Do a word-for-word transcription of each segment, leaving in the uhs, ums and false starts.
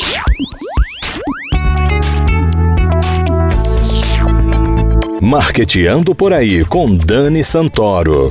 Marqueteando por aí com Dani Santoro.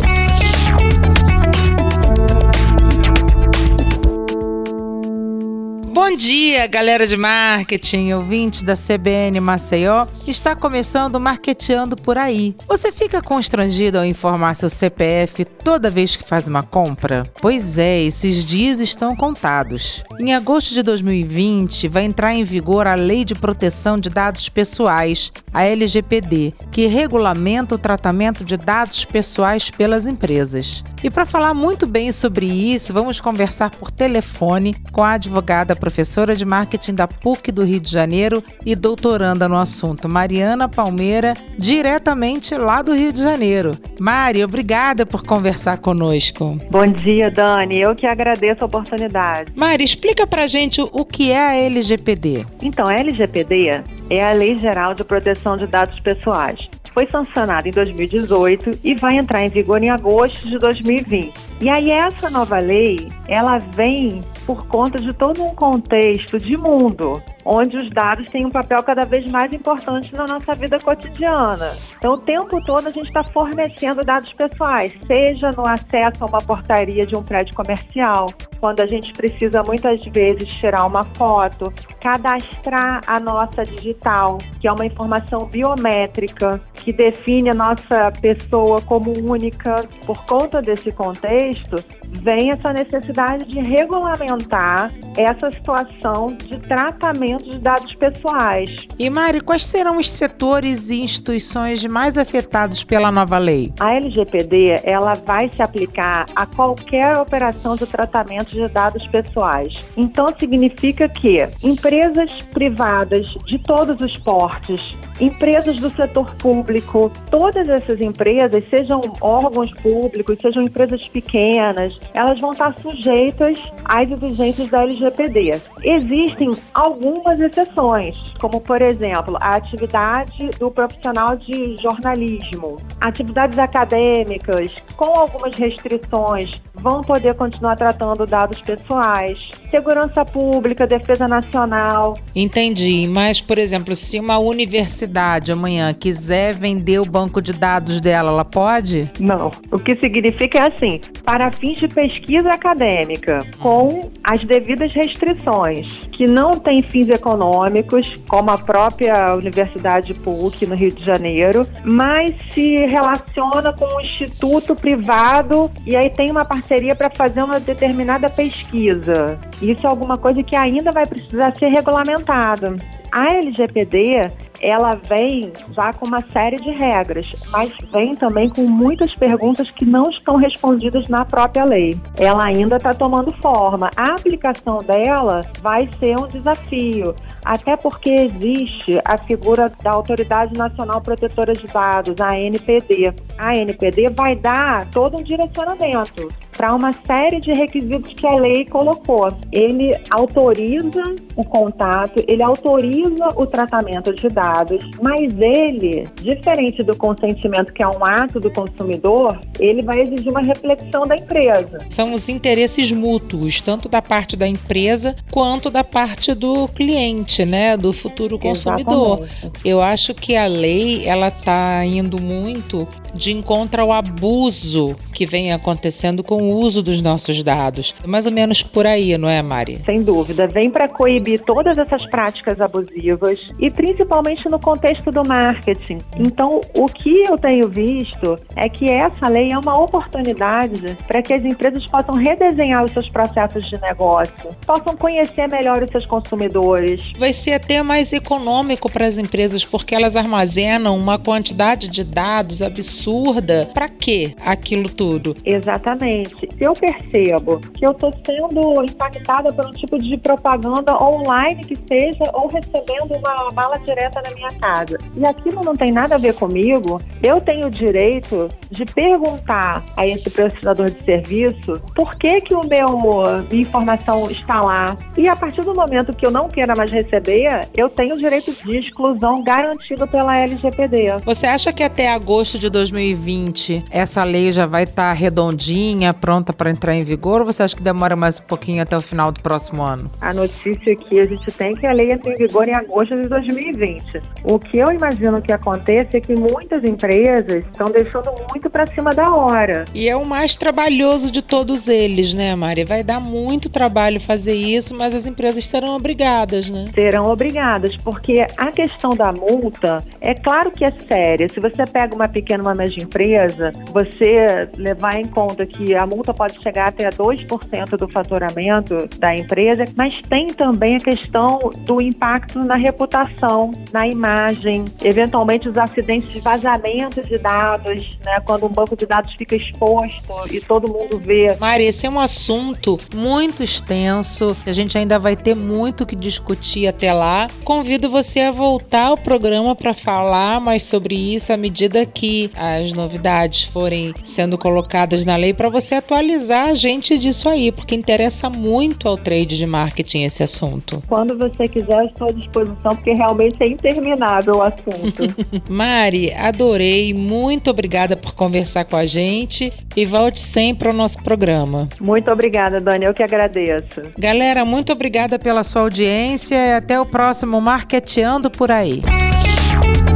Bom dia, galera de marketing, ouvintes da C B N Maceió. Está começando o Marqueteando por aí. Você fica constrangido ao informar seu C P F toda vez que faz uma compra? Pois é, esses dias estão contados. Em agosto de dois mil e vinte, vai entrar em vigor a Lei de Proteção de Dados Pessoais, a L G P D, que regulamenta o tratamento de dados pessoais pelas empresas. E para falar muito bem sobre isso, vamos conversar por telefone com a advogada professora de marketing da P U C do Rio de Janeiro e doutoranda no assunto, Mariana Palmeira, diretamente lá do Rio de Janeiro. Mari, obrigada por conversar conosco. Bom dia, Dani. Eu que agradeço a oportunidade. Mari, explica pra gente o que é a L G P D. Então, a L G P D é a Lei Geral de Proteção de Dados Pessoais. Foi sancionada em dois mil e dezoito e vai entrar em vigor em agosto de dois mil e vinte. E aí essa nova lei, ela vem por conta de todo um contexto de mundo, onde os dados têm um papel cada vez mais importante na nossa vida cotidiana. Então, o tempo todo a gente está fornecendo dados pessoais, seja no acesso a uma portaria de um prédio comercial, quando a gente precisa muitas vezes tirar uma foto, cadastrar a nossa digital, que é uma informação biométrica, que define a nossa pessoa como única. Por conta desse contexto, vem essa necessidade de regulamentar essa situação de tratamento de dados pessoais. E Mari, quais serão os setores e instituições mais afetados pela nova lei? A L G P D, ela vai se aplicar a qualquer operação de tratamento de dados pessoais. Então, significa que empresas privadas de todos os portes, empresas do setor público, todas essas empresas, sejam órgãos públicos, sejam empresas pequenas, elas vão estar sujeitas às exigências da L G P D. Existem algumas exceções, como, por exemplo, a atividade do profissional de jornalismo, atividades acadêmicas, com algumas restrições, vão poder continuar tratando dados pessoais, segurança pública, defesa nacional. Entendi, mas, por exemplo, se uma universidade amanhã quiser vender o banco de dados dela, ela pode? Não. O que significa é assim, para fins de pesquisa acadêmica, com as devidas restrições, que não tem fins econômicos, como a própria Universidade P U C no Rio de Janeiro, mas se relaciona com um instituto privado e aí tem uma parceria para fazer uma determinada pesquisa. Isso é alguma coisa que ainda vai precisar ser regulamentado. A L G P D, ela vem já com uma série de regras, mas vem também com muitas perguntas que não estão respondidas na própria lei. Ela ainda está tomando forma. A aplicação dela vai ser um desafio, até porque existe a figura da Autoridade Nacional Protetora de Dados, a A N P D. A A N P D vai dar todo um direcionamento para uma série de requisitos que a lei colocou. Ele autoriza o contato, ele autoriza o tratamento de dados, mas ele, diferente do consentimento, que é um ato do consumidor, ele vai exigir uma reflexão da empresa. São os interesses mútuos, tanto da parte da empresa quanto da parte do cliente, né, do futuro consumidor. Exatamente. Eu acho que a lei, ela está indo muito de encontro ao abuso que vem acontecendo com o uso dos nossos dados. Mais ou menos por aí, não é, Mari? Sem dúvida. Vem para coibir todas essas práticas abusivas e principalmente no contexto do marketing. Então, o que eu tenho visto é que essa lei é uma oportunidade para que as empresas possam redesenhar os seus processos de negócio, possam conhecer melhor os seus consumidores. Vai ser até mais econômico para as empresas, porque elas armazenam uma quantidade de dados absurda. Para quê aquilo tudo? Exatamente. Se eu percebo que eu estou sendo impactada por um tipo de propaganda online que seja, ou recebendo uma bala direta na minha casa, e aquilo não tem nada a ver comigo, eu tenho o direito de perguntar a esse prestador de serviço por que que o meu, minha informação está lá. E a partir do momento que eu não queira mais receber, eu tenho o direito de exclusão garantido pela L G P D. Você acha que até agosto de dois mil e vinte essa lei já vai estar redondinha, pronta para entrar em vigor, ou você acha que demora mais um pouquinho até o final do próximo ano? A notícia que a gente tem é que a lei entra em vigor em agosto de dois mil e vinte. O que eu imagino que aconteça é que muitas empresas estão deixando muito para cima da hora. E é o mais trabalhoso de todos eles, né, Mari? Vai dar muito trabalho fazer isso, mas as empresas serão obrigadas, né? Serão obrigadas, porque a questão da multa, é claro que é séria. Se você pega uma pequena, uma média empresa, você levar em conta que a multa pode chegar até dois por cento do faturamento da empresa, mas tem também a questão do impacto na reputação, na imagem, eventualmente os acidentes de vazamento de dados, né? Quando um banco de dados fica exposto e todo mundo vê. Mari, esse é um assunto muito extenso, a gente ainda vai ter muito que discutir até lá. Convido você a voltar ao programa para falar mais sobre isso à medida que as novidades forem sendo colocadas na lei, para você atualizar a gente disso aí, porque interessa muito ao trade de marketing esse assunto. Quando você quiser, eu estou à disposição, porque realmente é interminável o assunto. Mari, adorei, muito obrigada por conversar com a gente e volte sempre ao nosso programa. Muito obrigada, Dani, eu que agradeço. Galera, muito obrigada pela sua audiência e até o próximo Marketeando por Aí.